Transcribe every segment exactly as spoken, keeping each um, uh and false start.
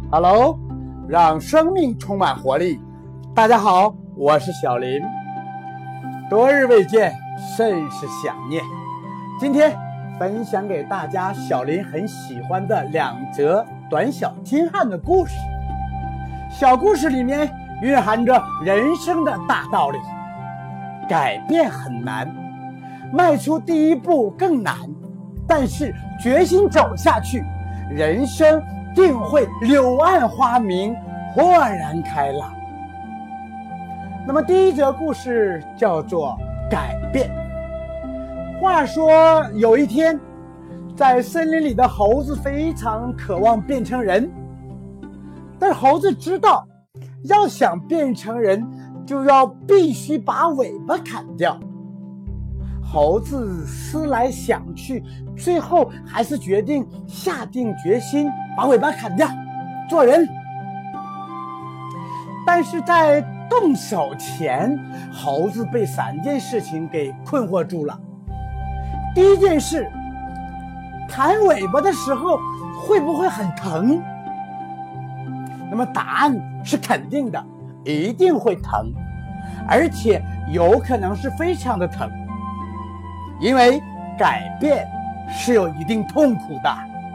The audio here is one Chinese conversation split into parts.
Hello， 让生命充满活力。大家好，我是小林。多日未见，甚是想念。今天分享给大家小林很喜欢的两则短小精悍的故事。小故事里面蕴含着人生的大道理。改变很难，迈出第一步更难，但是决心走下去，人生定会柳暗花明，豁然开朗。那么第一则故事叫做改变。话说有一天，在森林里的猴子非常渴望变成人，但是猴子知道，要想变成人，就要必须把尾巴砍掉。猴子思来想去，最后还是决定下定决心把尾巴砍掉，做人。但是在动手前，猴子被三件事情给困惑住了。第一件事，砍尾巴的时候会不会很疼？那么答案是肯定的，一定会疼，而且有可能是非常的疼。因为改变是有一定痛苦的。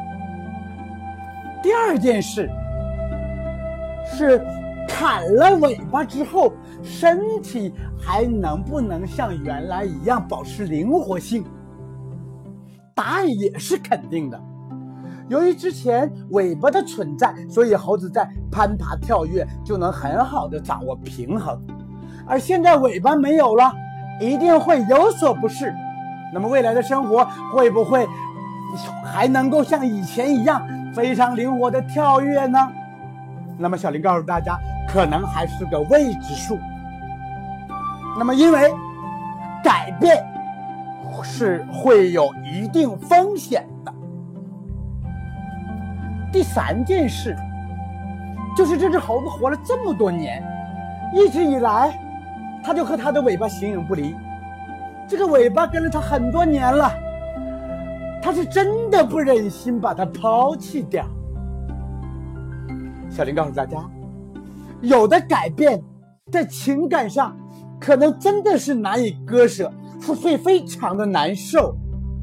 第二件事是砍了尾巴之后，身体还能不能像原来一样保持灵活性？答案也是肯定的。由于之前尾巴的存在，所以猴子在攀爬跳跃就能很好的掌握平衡，而现在尾巴没有了，一定会有所不适。那么未来的生活会不会还能够像以前一样非常灵活的跳跃呢？那么小林告诉大家，可能还是个未知数。那么因为改变是会有一定风险的。第三件事就是这只猴子活了这么多年，一直以来它就和它的尾巴形影不离，这个尾巴跟了它很多年了，它是真的不忍心把它抛弃掉。小林告诉大家，有的改变在情感上可能真的是难以割舍，会非常的难受。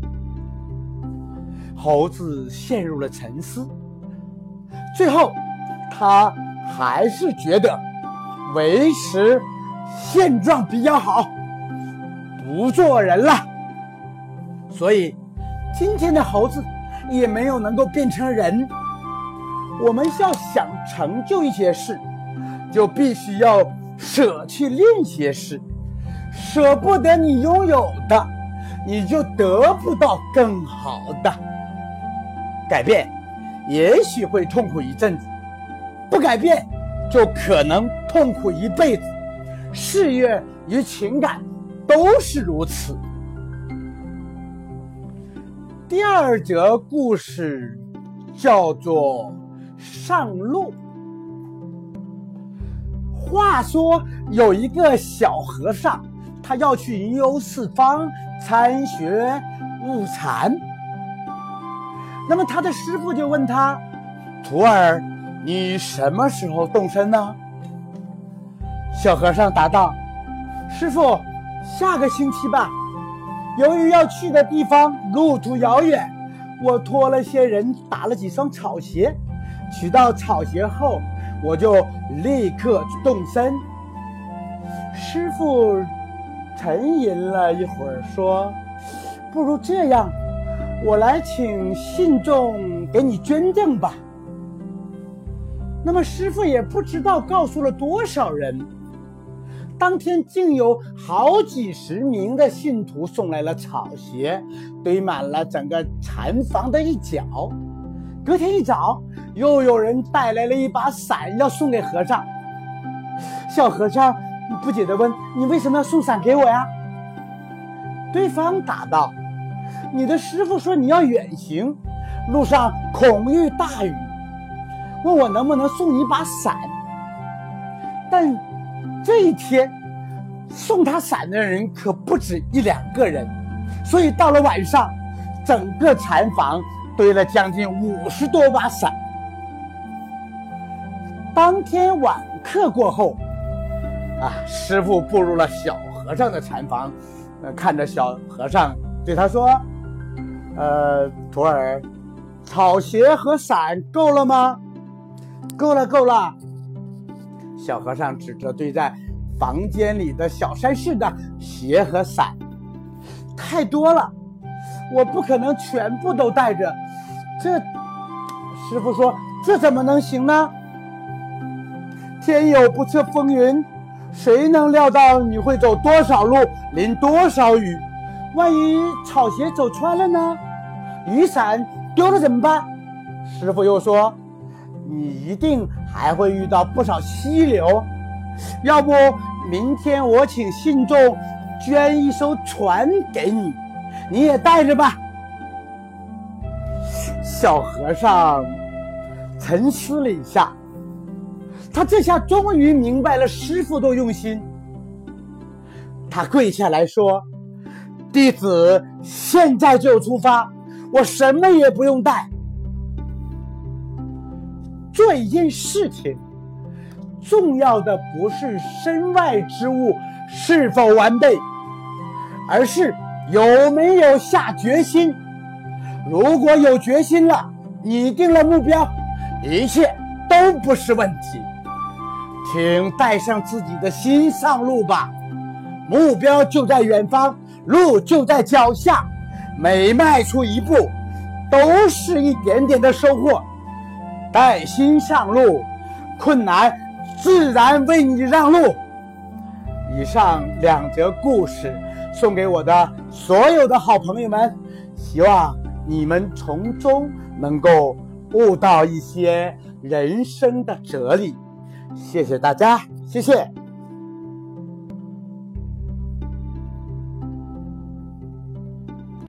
猴子陷入了沉思，最后他还是觉得维持现状比较好，不做人了。所以今天的猴子也没有能够变成人。我们要想成就一些事，就必须要舍去另一些事，舍不得你拥有的，你就得不到更好的。改变也许会痛苦一阵子，不改变就可能痛苦一辈子。事业与情感都是如此。第二则故事叫做上路。话说有一个小和尚，他要去云游四方参学悟禅。那么他的师父就问他，徒儿，你什么时候动身呢？小和尚答道，师父，下个星期吧。由于要去的地方路途遥远，我托了些人打了几双草鞋，取到草鞋后，我就立刻动身。师父沉吟了一会儿，说，不如这样，我来请信众给你捐赠吧。那么师父也不知道告诉了多少人，当天竟有好几十名的信徒送来了草鞋，堆满了整个禅房的一角。隔天一早，又有人带来了一把伞要送给和尚。小和尚不解地问，你为什么要送伞给我呀？对方答道，你的师父说你要远行，路上恐遇大雨，问我能不能送你一把伞。但这一天送他伞的人可不止一两个人，所以到了晚上，整个禅房堆了将近五十多把伞。 当天晚课过后，啊，师父步入了小和尚的禅房，呃，看着小和尚对他说：“呃，徒儿，草鞋和伞够了吗？”“够了，够了。”小和尚指着堆在房间里的小山似的鞋和伞：“太多了，我不可能全部都带着。”这师父说：“这怎么能行呢？天有不测风云，谁能料到你会走多少路，淋多少雨？万一草鞋走穿了呢？雨伞丢了怎么办？”师父又说：“你一定还会遇到不少溪流，要不明天我请信众捐一艘船给你，你也带着吧。”小和尚沉思了一下，他这下终于明白了师父的用心。他跪下来说：“弟子现在就出发，我什么也不用带。”做一件事情，重要的不是身外之物是否完备，而是有没有下决心。如果有决心了，拟定了目标，一切都不是问题。请带上自己的心上路吧，目标就在远方，路就在脚下，每迈出一步都是一点点的收获。带心上路，困难自然为你让路。以上两则故事送给我的所有的好朋友们，希望你们从中能够悟到一些人生的哲理。谢谢大家，谢谢。